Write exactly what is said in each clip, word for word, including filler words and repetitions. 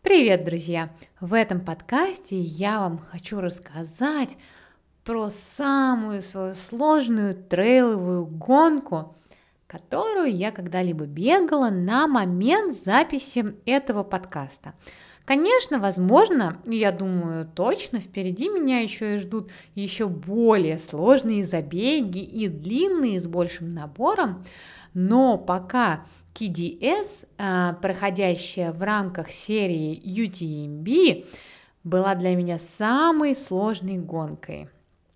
Привет, друзья! В этом подкасте я вам хочу рассказать про самую свою сложную трейловую гонку, которую я когда-либо бегала на момент записи этого подкаста. Конечно, возможно, я думаю, точно впереди меня еще и ждут еще более сложные забеги и длинные с большим набором, но пока ти ди эс, проходящая в рамках серии ю ти эм би, была для меня самой сложной гонкой.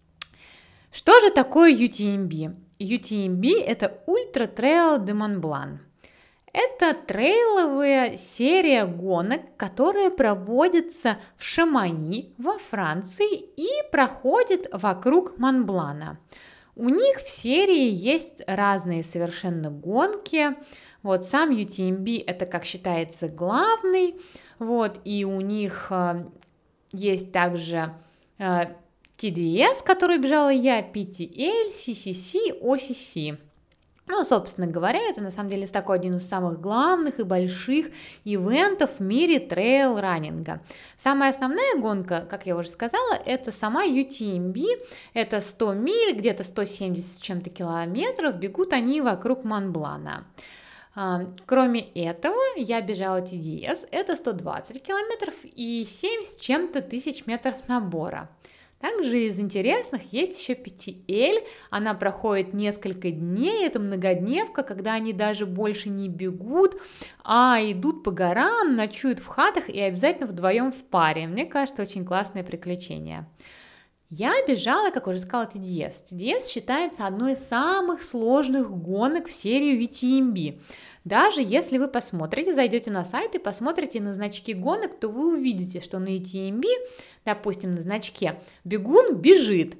Что же такое ю ти эм би? ю ти эм би – это Ultra Trail de Mont Blanc. Это трейловая серия гонок, которая проводится в Шамони во Франции и проходит вокруг Монблана. У них в серии есть разные совершенно гонки. Вот сам ю ти эм би это, как считается, главный. Вот, и у них э, есть также э, ти ди эс, который бежала я, пи ти эл, си си си, о си си. Ну, собственно говоря, это на самом деле такой один из самых главных и больших ивентов в мире трейл-раннинга. Самая основная гонка, как я уже сказала, это сама ю ти эм би, это сто миль, где-то сто семьдесят с чем-то километров, бегут они вокруг Монблана. Кроме этого, я бежала ти ди эс, это сто двадцать километров и семь с чем-то тысяч метров набора. Также из интересных есть еще пи ти эл, она проходит несколько дней, это многодневка, когда они даже больше не бегут, а идут по горам, ночуют в хатах и обязательно вдвоем в паре. Мне кажется, очень классное приключение. Я бежала, как уже сказала, ти ди эс. ти ди эс считается одной из самых сложных гонок в серии ю ти эм би. Даже если вы посмотрите, зайдете на сайт и посмотрите на значки гонок, то вы увидите, что на ю ти эм би, допустим, на значке бегун бежит,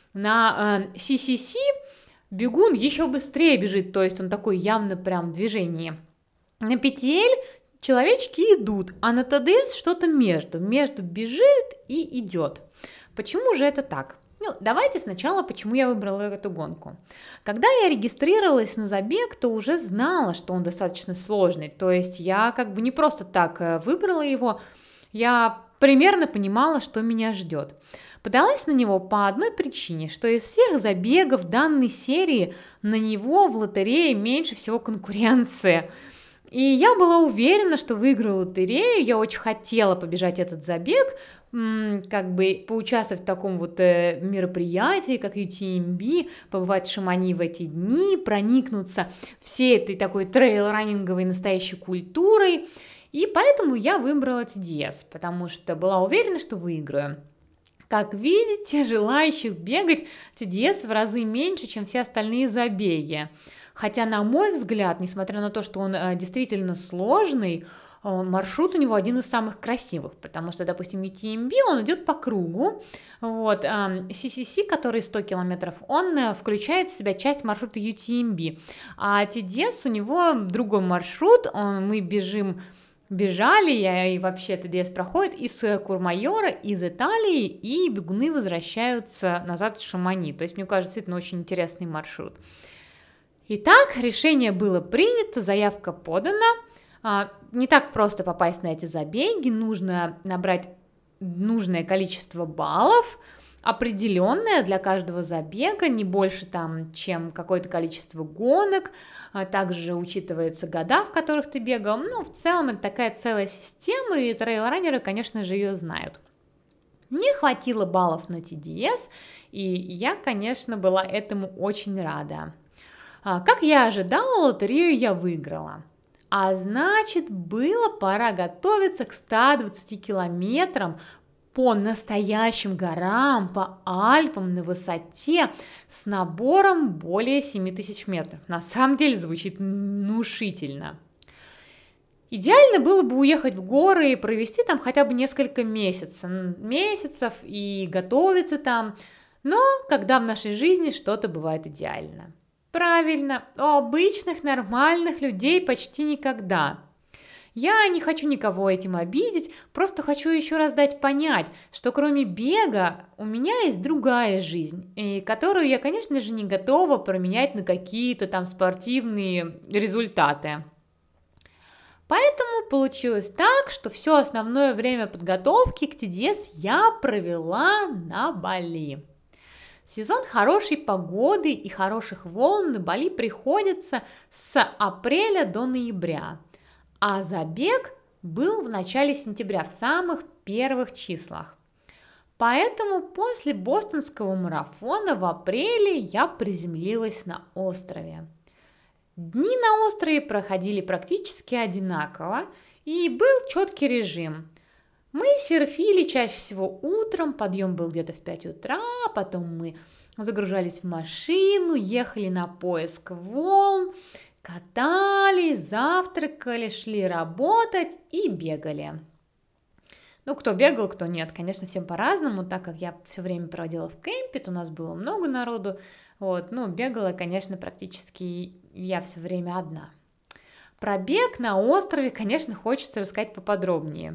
на э, си си си бегун еще быстрее бежит, то есть он такой явно прям в движении. На пи ти эл человечки идут, а на ти ди эс что-то между, между бежит и идет. Почему же это так? Ну, давайте сначала, почему я выбрала эту гонку. Когда я регистрировалась на забег, то уже знала, что он достаточно сложный. То есть я как бы не просто так выбрала его, я примерно понимала, что меня ждет. Подалась на него по одной причине, что из всех забегов данной серии на него в лотерее меньше всего конкуренции. И я была уверена, что выиграю лотерею, я очень хотела побежать этот забег, как бы поучаствовать в таком вот мероприятии, как ю ти эм би, побывать в Шамони в эти дни, проникнуться всей этой такой трейл-раннинговой настоящей культурой, и поэтому я выбрала ти ди эс, потому что была уверена, что выиграю. Как видите, желающих бегать ти ди эс в разы меньше, чем все остальные забеги. Хотя, на мой взгляд, несмотря на то, что он э, действительно сложный, э, маршрут у него один из самых красивых, потому что, допустим, ю ти эм би, он идет по кругу, вот, э, си си си, который сто километров, он э, включает в себя часть маршрута ю ти эм би, а ти ди эс у него другой маршрут, он, мы бежим, бежали, и вообще ти ди эс проходит из Курмайора, из Италии, и бегуны возвращаются назад в Шамони, то есть, мне кажется, это очень интересный маршрут. Итак, решение было принято, заявка подана. Не так просто попасть на эти забеги, нужно набрать нужное количество баллов, определенное для каждого забега, не больше там, чем какое-то количество гонок, также учитываются года, в которых ты бегал. Ну, в целом это такая целая система, и трейл-раннеры, конечно же, ее знают. Мне хватило баллов на ти ди эс, и я, конечно, была этому очень рада. Как я ожидала, лотерею я выиграла. А значит, было пора готовиться к ста двадцати километрам по настоящим горам, по Альпам на высоте с набором более семи тысяч метров. На самом деле звучит внушительно. Идеально было бы уехать в горы и провести там хотя бы несколько месяцев, месяцев и готовиться там, но когда в нашей жизни что-то бывает идеально. Правильно, у обычных нормальных людей почти никогда. Я не хочу никого этим обидеть, просто хочу еще раз дать понять, что кроме бега у меня есть другая жизнь, и которую я, конечно же, не готова променять на какие-то там спортивные результаты. Поэтому получилось так, что все основное время подготовки к ти ди эс я провела на Бали. Сезон хорошей погоды и хороших волн на Бали приходится с апреля до ноября, а забег был в начале сентября, в самых первых числах. Поэтому после бостонского марафона в апреле я приземлилась на острове. Дни на острове проходили практически одинаково, и был четкий режим. Мы серфили чаще всего утром, подъем был где-то в пять утра, потом мы загружались в машину, ехали на поиск волн, катались, завтракали, шли работать и бегали. Ну, кто бегал, кто нет, конечно, всем по-разному, так как я все время проводила в кемпе, то у нас было много народу, вот, ну, бегала, конечно, практически я все время одна. Про бег на острове, конечно, хочется рассказать поподробнее.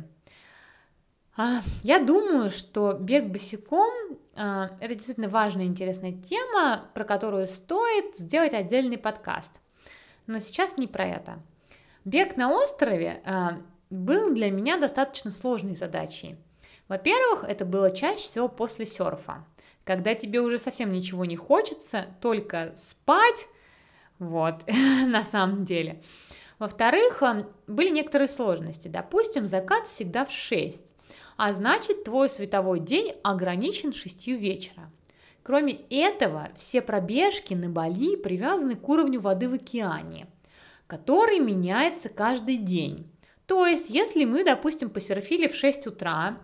Я думаю, что бег босиком – это действительно важная и интересная тема, про которую стоит сделать отдельный подкаст. Но сейчас не про это. Бег на острове был для меня достаточно сложной задачей. Во-первых, это было чаще всего после серфа, когда тебе уже совсем ничего не хочется, только спать, вот, на самом деле. Во-вторых, были некоторые сложности. Допустим, закат всегда в шесть. А значит, твой световой день ограничен шестью вечера. Кроме этого, все пробежки на Бали привязаны к уровню воды в океане, который меняется каждый день. То есть, если мы, допустим, посерфили в шесть утра,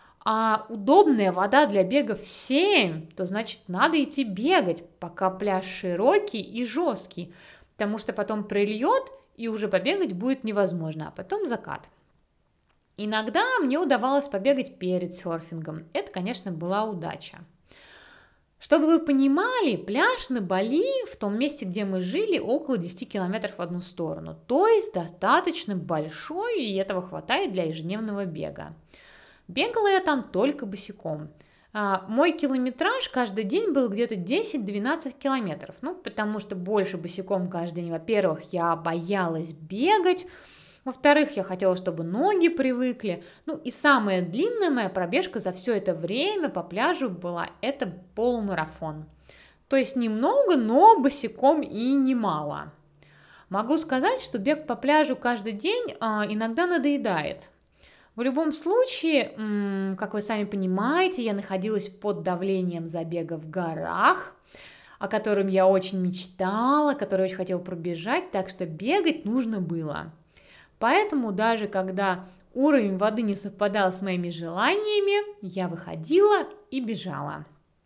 а удобная вода для бега в семь, то значит, надо идти бегать, пока пляж широкий и жесткий, потому что потом прольет, и уже побегать будет невозможно, а потом закат. Иногда мне удавалось побегать перед серфингом. Это, конечно, была удача. Чтобы вы понимали, пляж на Бали, в том месте, где мы жили, около десять километров в одну сторону. То есть достаточно большой, и этого хватает для ежедневного бега. Бегала я там только босиком. А, мой километраж каждый день был где-то десять-двенадцать километров. Ну, потому что больше босиком каждый день. Во-первых, я боялась бегать. Во-вторых, я хотела, чтобы ноги привыкли. Ну и самая длинная моя пробежка за все это время по пляжу была это полумарафон. То есть немного, но босиком и немало. Могу сказать, что бег по пляжу каждый день а, иногда надоедает. В любом случае, м- как вы сами понимаете, я находилась под давлением забега в горах, о котором я очень мечтала, который очень хотела пробежать, так что бегать нужно было. Поэтому даже когда уровень воды не совпадал с моими желаниями, я выходила и бежала.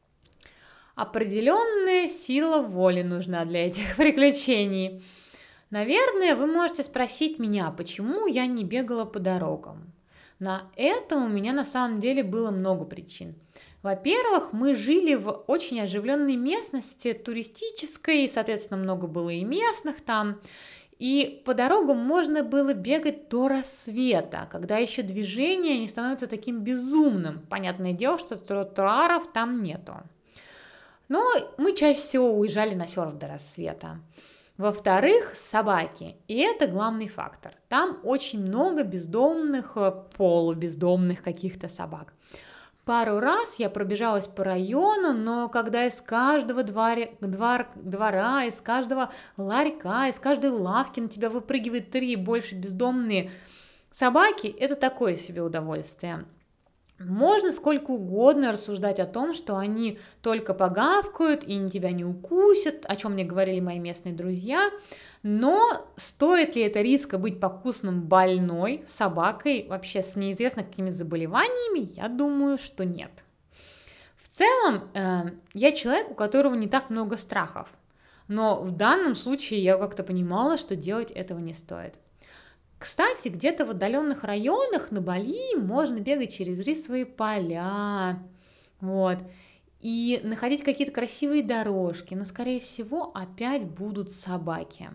Определенная сила воли нужна для этих приключений. Наверное, вы можете спросить меня, почему я не бегала по дорогам. На это у меня на самом деле было много причин. Во-первых, мы жили в очень оживленной местности, туристической, и, соответственно, много было и местных там. И по дорогам можно было бегать до рассвета, когда еще движение не становится таким безумным. Понятное дело, что тротуаров там нету. Но мы чаще всего уезжали на серф до рассвета. Во-вторых, собаки. И это главный фактор. Там очень много бездомных, полубездомных каких-то собак. Пару раз я пробежалась по району, но когда из каждого дворе, двор, двора, из каждого ларька, из каждой лавки на тебя выпрыгивает три и больше бездомные собаки, это такое себе удовольствие. Можно сколько угодно рассуждать о том, что они только погавкают и тебя не укусят, о чем мне говорили мои местные друзья, но стоит ли это риска быть покусанным больной собакой, вообще с неизвестно какими заболеваниями, я думаю, что нет. В целом, э, я человек, у которого не так много страхов, но в данном случае я как-то понимала, что делать этого не стоит. Кстати, где-то в отдаленных районах на Бали можно бегать через рисовые поля, вот, и находить какие-то красивые дорожки, но, скорее всего, опять будут собаки.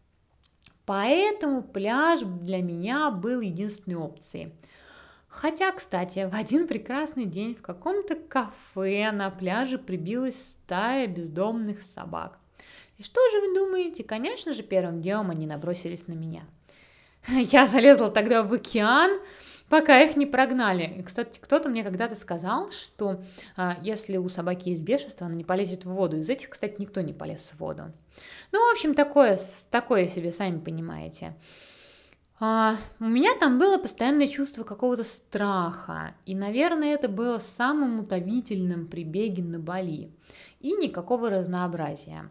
Поэтому пляж для меня был единственной опцией. Хотя, кстати, в один прекрасный день в каком-то кафе на пляже прибилась стая бездомных собак. И что же вы думаете? Конечно же, первым делом они набросились на меня. Я залезла тогда в океан, пока их не прогнали. И, кстати, кто-то мне когда-то сказал, что а, если у собаки есть бешенство, она не полезет в воду. Из этих, кстати, никто не полез в воду. Ну, в общем, такое, такое себе, сами понимаете. А, у меня там было постоянное чувство какого-то страха. И, наверное, это было самым утомительным при беге на Бали. И никакого разнообразия.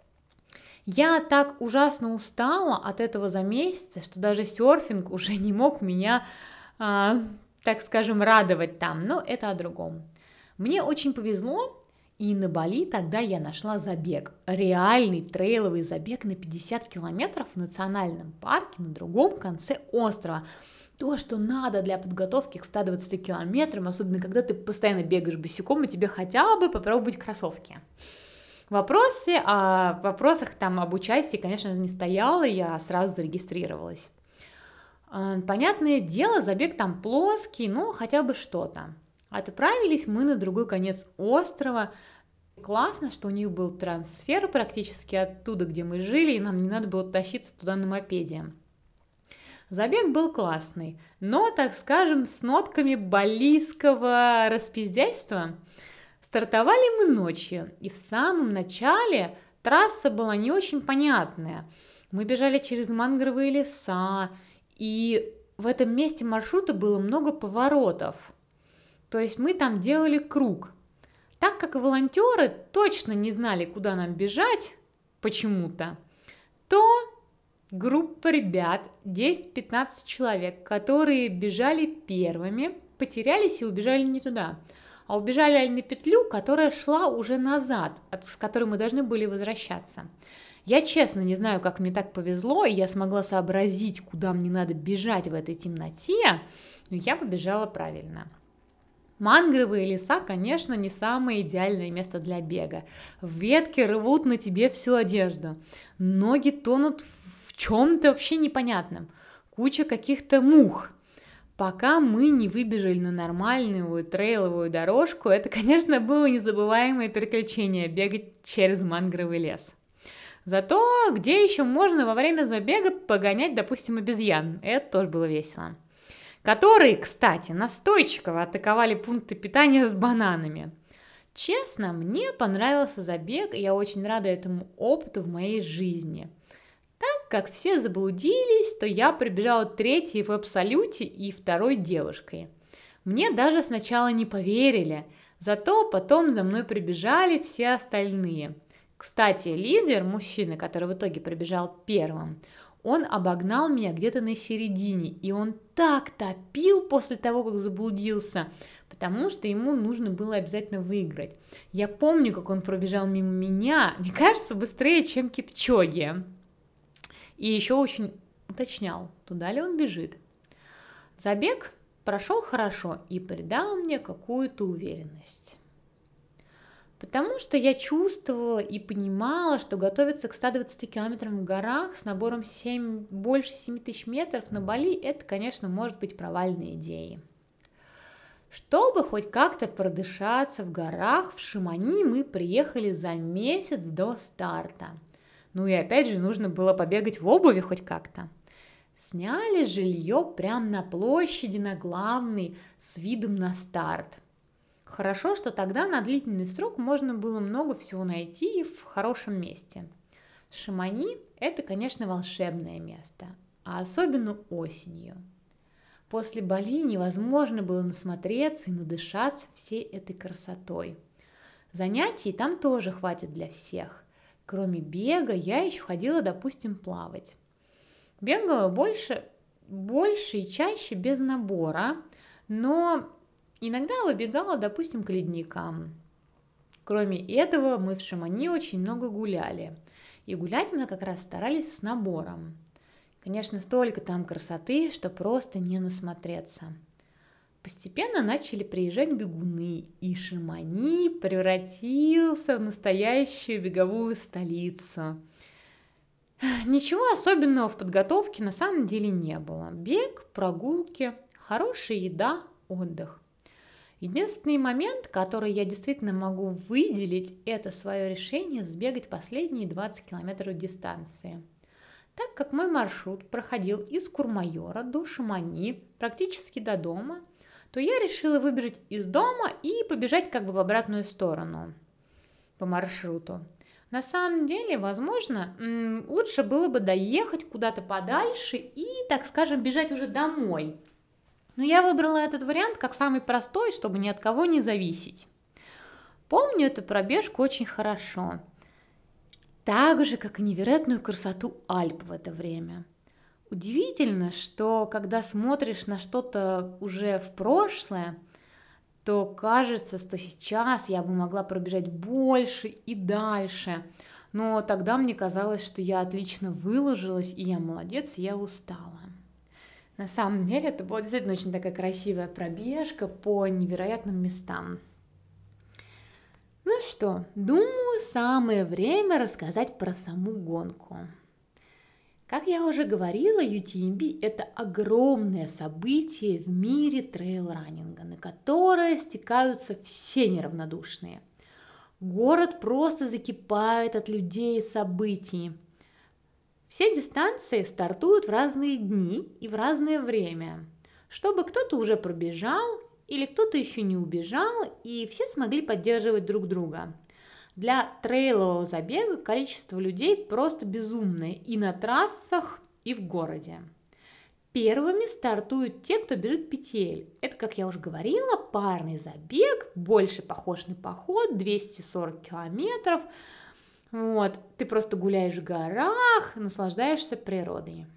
Я так ужасно устала от этого за месяц, что даже серфинг уже не мог меня, а, так скажем, радовать там, но это о другом. Мне очень повезло, и на Бали тогда я нашла забег, реальный трейловый забег на пятьдесят километров в национальном парке на другом конце острова. То, что надо для подготовки к ста двадцати километрам, особенно когда ты постоянно бегаешь босиком, и тебе хотя бы попробовать кроссовки. Вопросы о вопросах там об участии, конечно же, не стояло, я сразу зарегистрировалась. Понятное дело, забег там плоский, но хотя бы что-то. Отправились мы на другой конец острова. Классно, что у них был трансфер практически оттуда, где мы жили, и нам не надо было тащиться туда на мопеде. Забег был классный, но, так скажем, с нотками балийского распиздяйства. Стартовали мы ночью, и в самом начале трасса была не очень понятная. Мы бежали через мангровые леса, и в этом месте маршрута было много поворотов. То есть мы там делали круг. Так как волонтеры точно не знали, куда нам бежать почему-то, то группа ребят, десять-пятнадцать человек, которые бежали первыми, потерялись и убежали не туда. А убежали они на петлю, которая шла уже назад, с которой мы должны были возвращаться. Я честно не знаю, как мне так повезло, и я смогла сообразить, куда мне надо бежать в этой темноте, но я побежала правильно. Мангровые леса, конечно, не самое идеальное место для бега. Ветки рвут на тебе всю одежду, ноги тонут в чем-то вообще непонятном, куча каких-то мух. Пока мы не выбежали на нормальную трейловую дорожку, это, конечно, было незабываемое приключение – бегать через мангровый лес. Зато где еще можно во время забега погонять, допустим, обезьян? Это тоже было весело. Которые, кстати, настойчиво атаковали пункты питания с бананами. Честно, мне понравился забег, и я очень рада этому опыту в моей жизни. Так как все заблудились, то я прибежала третьей в абсолюте и второй девушкой. Мне даже сначала не поверили, зато потом за мной прибежали все остальные. Кстати, лидер, мужчина, который в итоге прибежал первым, он обогнал меня где-то на середине, и он так топил после того, как заблудился, потому что ему нужно было обязательно выиграть. Я помню, как он пробежал мимо меня, мне кажется, быстрее, чем Кипчоги. И еще очень уточнял, туда ли он бежит. Забег прошел хорошо и придал мне какую-то уверенность. Потому что я чувствовала и понимала, что готовиться к ста двадцати километрам в горах с набором семь, больше семи тысяч метров на Бали – это, конечно, может быть провальной идеей. Чтобы хоть как-то продышаться в горах, в Шимани мы приехали за месяц до старта. Ну и опять же нужно было побегать в обуви хоть как-то. Сняли жилье прямо на площади, на главной, с видом на старт. Хорошо, что тогда на длительный срок можно было много всего найти в хорошем месте. Шимани – это, конечно, волшебное место, а особенно осенью. После Бали невозможно было насмотреться и надышаться всей этой красотой. Занятий там тоже хватит для всех. Кроме бега, я еще ходила, допустим, плавать. Бегала больше, больше и чаще без набора, но иногда выбегала, допустим, к ледникам. Кроме этого, мы в Шимани очень много гуляли. И гулять мы как раз старались с набором. Конечно, столько там красоты, что просто не насмотреться. Постепенно начали приезжать бегуны, и Шимани превратился в настоящую беговую столицу. Ничего особенного в подготовке на самом деле не было. Бег, прогулки, хорошая еда, отдых. Единственный момент, который я действительно могу выделить, это свое решение сбегать последние двадцать километров дистанции. Так как мой маршрут проходил из Курмайора до Шамани, практически до дома, то я решила выбежать из дома и побежать как бы в обратную сторону по маршруту. На самом деле, возможно, лучше было бы доехать куда-то подальше и, так скажем, бежать уже домой. Но я выбрала этот вариант как самый простой, чтобы ни от кого не зависеть. Помню эту пробежку очень хорошо. Так же, как и невероятную красоту Альп в это время. Удивительно, что когда смотришь на что-то уже в прошлое, то кажется, что сейчас я бы могла пробежать больше и дальше. Но тогда мне казалось, что я отлично выложилась, и я молодец, и я устала. На самом деле это была действительно очень такая красивая пробежка по невероятным местам. Ну что, думаю, самое время рассказать про саму гонку. Как я уже говорила, ю ти эм би – это огромное событие в мире трейл-раннинга, на которое стекаются все неравнодушные. Город просто закипает от людей и событий. Все дистанции стартуют в разные дни и в разное время, чтобы кто-то уже пробежал или кто-то еще не убежал, и все смогли поддерживать друг друга. Для трейлового забега количество людей просто безумное и на трассах, и в городе. Первыми стартуют те, кто бежит петель. Это, как я уже говорила, парный забег, больше похож на поход, двести сорок километров. Вот, ты просто гуляешь в горах, наслаждаешься природой.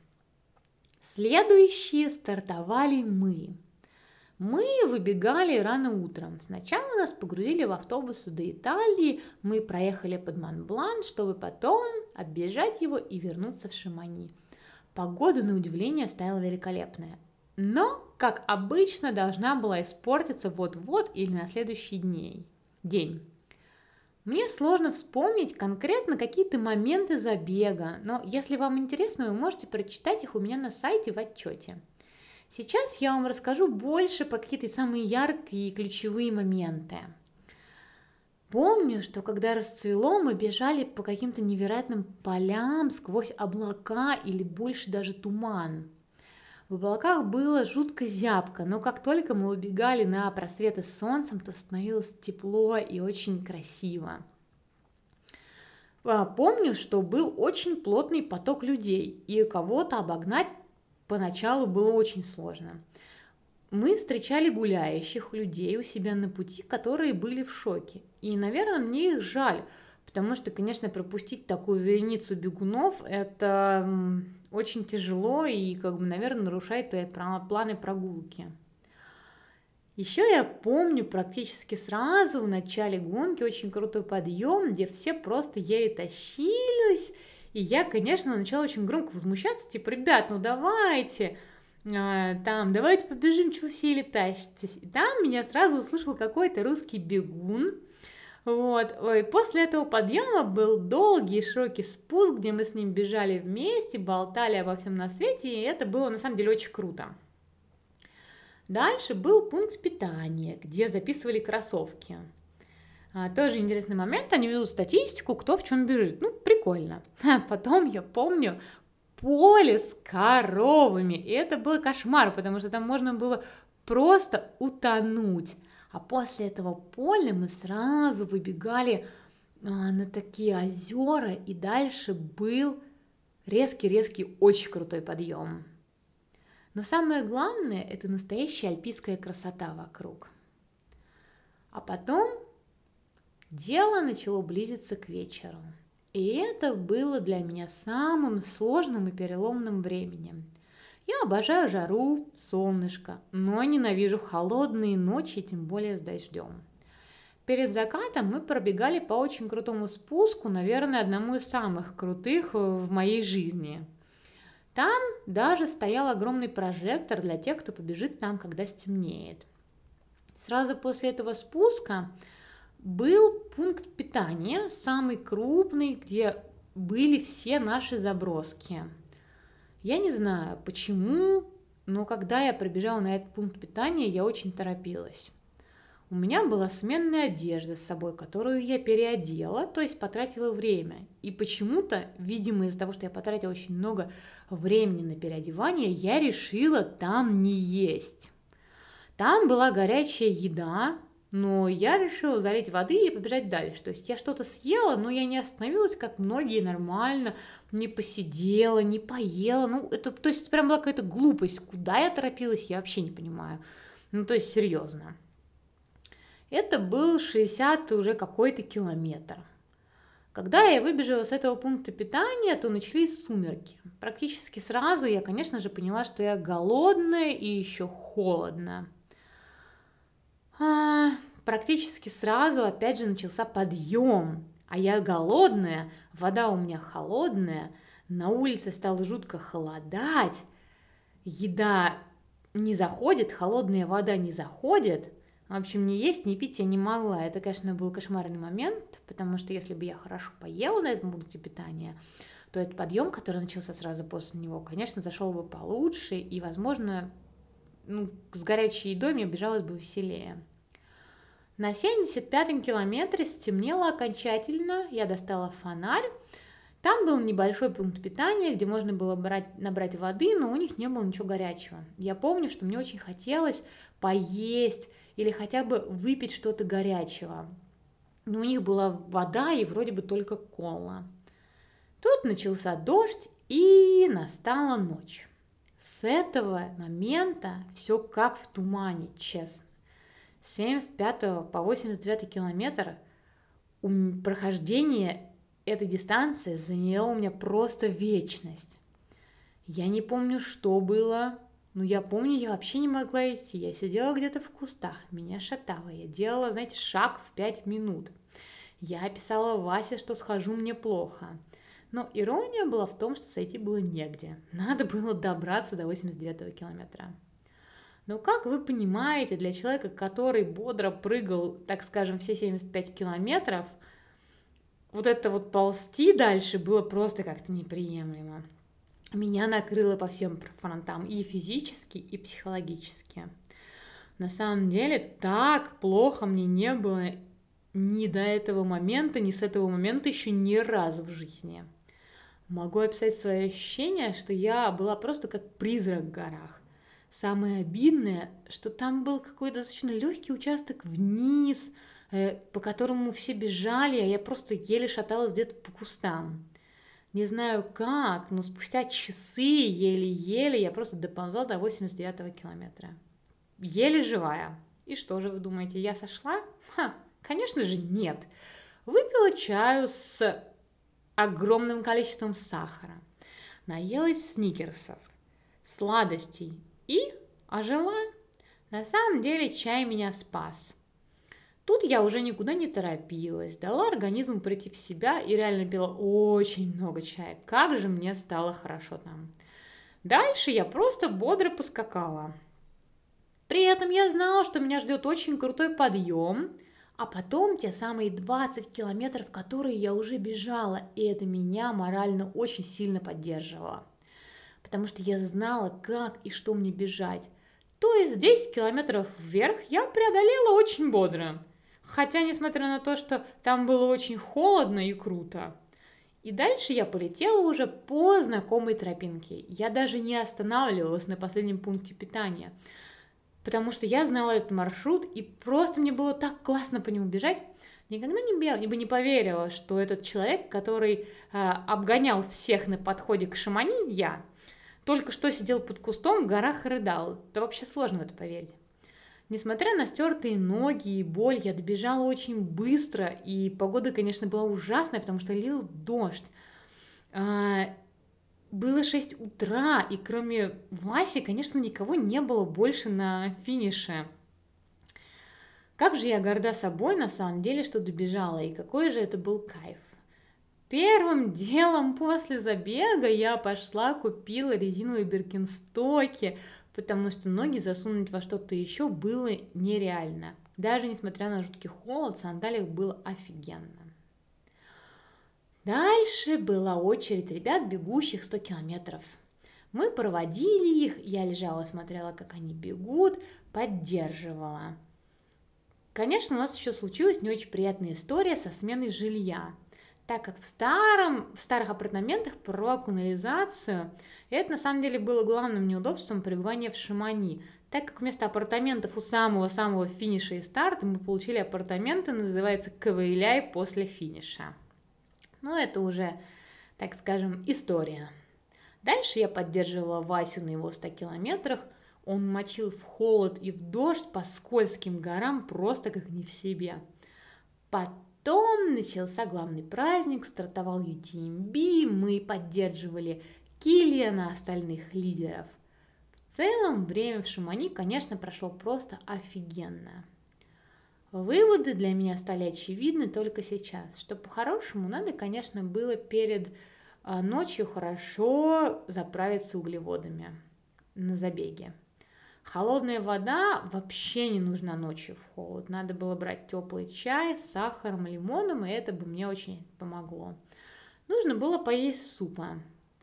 Следующие стартовали мы. Мы выбегали рано утром. Сначала нас погрузили в автобусы до Италии, мы проехали под Монблан, чтобы потом оббежать его и вернуться в Шамани. Погода, на удивление, стояла великолепная, но, как обычно, должна была испортиться вот-вот или на следующий день. день. Мне сложно вспомнить конкретно какие-то моменты забега, но если вам интересно, вы можете прочитать их у меня на сайте в отчете. Сейчас я вам расскажу больше про какие-то самые яркие и ключевые моменты. Помню, что когда расцвело, мы бежали по каким-то невероятным полям сквозь облака или больше даже туман. В облаках было жутко зябко, но как только мы убегали на просветы с солнцем, то становилось тепло и очень красиво. Помню, что был очень плотный поток людей, и кого-то обогнать поначалу было очень сложно. Мы встречали гуляющих людей у себя на пути, которые были в шоке. И, наверное, мне их жаль, потому что, конечно, пропустить такую вереницу бегунов – это очень тяжело и, как бы, наверное, нарушает твои планы прогулки. Еще я помню практически сразу в начале гонки очень крутой подъем, где все просто еле тащились. И я, конечно, начала очень громко возмущаться, типа, ребят, ну давайте, э, там, давайте побежим, чего все еле тащитесь. И там меня сразу услышал какой-то русский бегун. Вот. И после этого подъема был долгий широкий спуск, где мы с ним бежали вместе, болтали обо всем на свете, и это было на самом деле очень круто. Дальше был пункт питания, где записывали кроссовки. А, тоже интересный момент, они ведут статистику, кто в чем бежит. Ну, прикольно. А потом я помню поле с коровами, и это был кошмар, потому что там можно было просто утонуть. А после этого поля мы сразу выбегали а, на такие озера, и дальше был резкий-резкий, очень крутой подъем. Но самое главное – это настоящая альпийская красота вокруг. А потом дело начало близиться к вечеру. И это было для меня самым сложным и переломным временем. Я обожаю жару, солнышко, но ненавижу холодные ночи, тем более с дождем. Перед закатом мы пробегали по очень крутому спуску, наверное, одному из самых крутых в моей жизни. Там даже стоял огромный прожектор для тех, кто побежит там, когда стемнеет. Сразу после этого спуска был пункт питания, самый крупный, где были все наши заброски. Я не знаю, почему, но когда я пробежала на этот пункт питания, я очень торопилась. У меня была сменная одежда с собой, которую я переодела, то есть потратила время. И почему-то, видимо, из-за того, что я потратила очень много времени на переодевание, я решила там не есть. Там была горячая еда, но я решила залить воды и побежать дальше. То есть я что-то съела, но я не остановилась, как многие, нормально, не посидела, не поела. Ну, это, то есть, прям была какая-то глупость. Куда я торопилась, я вообще не понимаю. Ну, то есть, серьезно. Это был шестьдесят уже какой-то километр. Когда я выбежала с этого пункта питания, то начались сумерки. Практически сразу я, конечно же, поняла, что я голодная и еще холодно. А, практически сразу опять же начался подъем, а я голодная, вода у меня холодная, на улице стало жутко холодать, еда не заходит, холодная вода не заходит. В общем, ни есть, ни пить я не могла. Это, конечно, был кошмарный момент, потому что если бы я хорошо поела на этом пункте питания, то этот подъем, который начался сразу после него, конечно, зашел бы получше, и, возможно, ну, с горячей едой мне бежалось бы веселее. На семьдесят пятом километре стемнело окончательно, я достала фонарь. Там был небольшой пункт питания, где можно было брать, набрать воды, но у них не было ничего горячего. Я помню, что мне очень хотелось поесть или хотя бы выпить что-то горячего. Но у них была вода и вроде бы только кола. Тут начался дождь и настала ночь. С этого момента все как в тумане, честно. С семьдесят пятого по восемьдесят девятый километр прохождение этой дистанции заняло у меня просто вечность. Я не помню, что было, но я помню, я вообще не могла идти. Я сидела где-то в кустах, меня шатало. Я делала, знаете, шаг в пять минут. Я описала Васе, что схожу мне плохо. Но ирония была в том, что сойти было негде. Надо было добраться до восемьдесят девятого километра. Но, как вы понимаете, для человека, который бодро прыгал, так скажем, все семьдесят пять километров, вот это вот ползти дальше было просто как-то неприемлемо. Меня накрыло по всем фронтам, и физически, и психологически. На самом деле, так плохо мне не было ни до этого момента, ни с этого момента еще ни разу в жизни. Могу описать свои ощущения, что я была просто как призрак в горах. Самое обидное, что там был какой-то достаточно легкий участок вниз, по которому все бежали, а я просто еле шаталась где-то по кустам. Не знаю как, но спустя часы, еле-еле, я просто доползла до восемьдесят девятого километра. Еле живая. И что же вы думаете, я сошла? Ха, конечно же нет. Выпила чаю с огромным количеством сахара, наелась сникерсов, сладостей и ожила. На самом деле чай меня спас. Тут я уже никуда не торопилась, дала организму прийти в себя и реально пила очень много чая. Как же мне стало хорошо там. Дальше я просто бодро поскакала. При этом я знала, что меня ждет очень крутой подъем, а потом те самые двадцать километров, которые я уже бежала, и это меня морально очень сильно поддерживало. Потому что я знала, как и что мне бежать. То есть десять километров вверх я преодолела очень бодро. Хотя, несмотря на то, что там было очень холодно и круто. И дальше я полетела уже по знакомой тропинке. Я даже не останавливалась на последнем пункте питания. Потому что я знала этот маршрут, и просто мне было так классно по нему бежать. Никогда не, бы не поверила, что этот человек, который э, обгонял всех на подходе к Шамани, я, только что сидел под кустом в горах и рыдал. Это вообще сложно в это поверить. Несмотря на стертые ноги и боль, я добежала очень быстро, и погода, конечно, была ужасная, потому что лил дождь. А, было шесть утра, и кроме Васи, конечно, никого не было больше на финише. Как же я горда собой, на самом деле, что добежала, и какой же это был кайф. Первым делом после забега я пошла, купила резиновые биркинстоки, потому что ноги засунуть во что-то еще было нереально. Даже несмотря на жуткий холод, в сандалиях было офигенно. Дальше была очередь ребят, бегущих сто километров. Мы проводили их, я лежала, смотрела, как они бегут, поддерживала. Конечно, у нас еще случилась не очень приятная история со сменой жилья, так как в, старом, в старых апартаментах прорвало канализацию, и это на самом деле было главным неудобством пребывания в Шамани, так как вместо апартаментов у самого-самого финиша и старта мы получили апартаменты, называется «Ковыляй после финиша». Ну, это уже, так скажем, история. Дальше я поддерживала Васю на его ста километрах. Он мочил в холод и в дождь по скользким горам просто как не в себе. Потом начался главный праздник, стартовал ю ти эм би, мы поддерживали Килиана, остальных лидеров. В целом, время в Шамани, конечно, прошло просто офигенно. Выводы для меня стали очевидны только сейчас, что по-хорошему надо, конечно, было перед ночью хорошо заправиться углеводами на забеге. Холодная вода вообще не нужна ночью в холод. Надо было брать теплый чай с сахаром, лимоном, и это бы мне очень помогло. Нужно было поесть супа.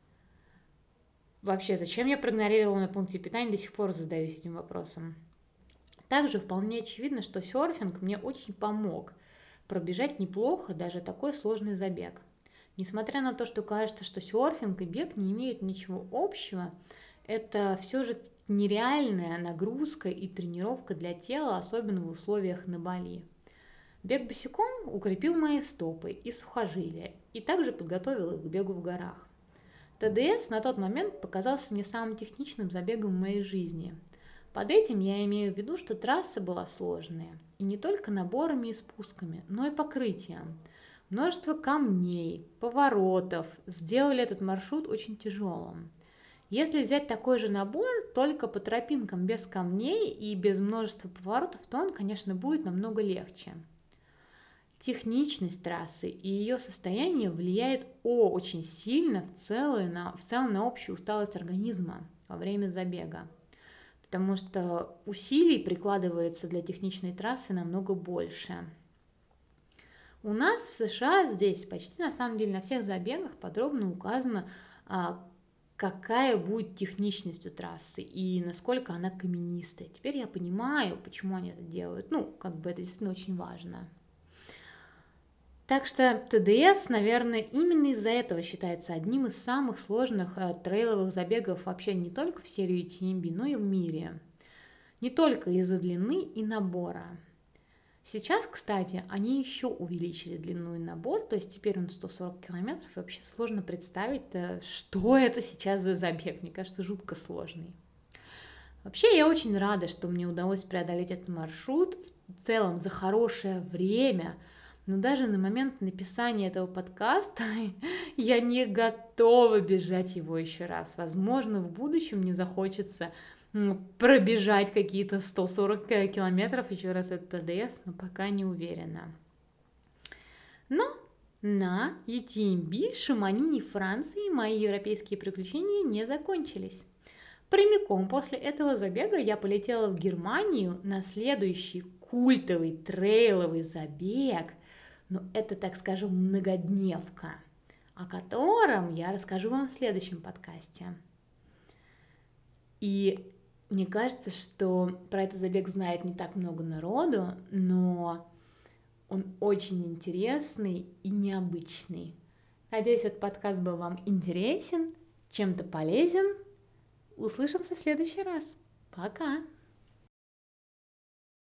Вообще, зачем я проигнорировала на пункте питания, до сих пор задаюсь этим вопросом. Также вполне очевидно, что серфинг мне очень помог пробежать неплохо даже такой сложный забег. Несмотря на то, что кажется, что серфинг и бег не имеют ничего общего, это все же нереальная нагрузка и тренировка для тела, особенно в условиях на Бали. Бег босиком укрепил мои стопы и сухожилия, и также подготовил их к бегу в горах. тэ дэ эс на тот момент показался мне самым техничным забегом в моей жизни. Под этим я имею в виду, что трасса была сложная, и не только наборами и спусками, но и покрытием. Множество камней, поворотов сделали этот маршрут очень тяжелым. Если взять такой же набор, только по тропинкам без камней и без множества поворотов, то он, конечно, будет намного легче. Техничность трассы и ее состояние влияет о, очень сильно в целом, на, в целом на общую усталость организма во время забега, потому что усилий прикладывается для техничной трассы намного больше. У нас в США здесь почти на самом деле на всех забегах подробно указано, какая будет техничность у трассы и насколько она каменистая. Теперь я понимаю, почему они это делают. Ну, как бы это действительно очень важно. Так что тэ дэ эс, наверное, именно из-за этого считается одним из самых сложных э, трейловых забегов вообще не только в серии ю ти эм би, но и в мире. Не только из-за длины и набора. Сейчас, кстати, они еще увеличили длину и набор, то есть теперь он сто сорок километров, и вообще сложно представить, что это сейчас за забег, мне кажется, жутко сложный. Вообще, я очень рада, что мне удалось преодолеть этот маршрут в целом за хорошее время, но даже на момент написания этого подкаста я не готова бежать его еще раз. Возможно, в будущем мне захочется пробежать какие-то сто сорок километров еще раз от тэ дэ эс, но пока не уверена. Но на ю ти эм би, Шамани и Франции мои европейские приключения не закончились. Прямиком после этого забега я полетела в Германию на следующий культовый трейловый забег, но это, так скажем, многодневка, о котором я расскажу вам в следующем подкасте. И мне кажется, что про этот забег знает не так много народу, но он очень интересный и необычный. Надеюсь, этот подкаст был вам интересен, чем-то полезен. Услышимся в следующий раз. Пока!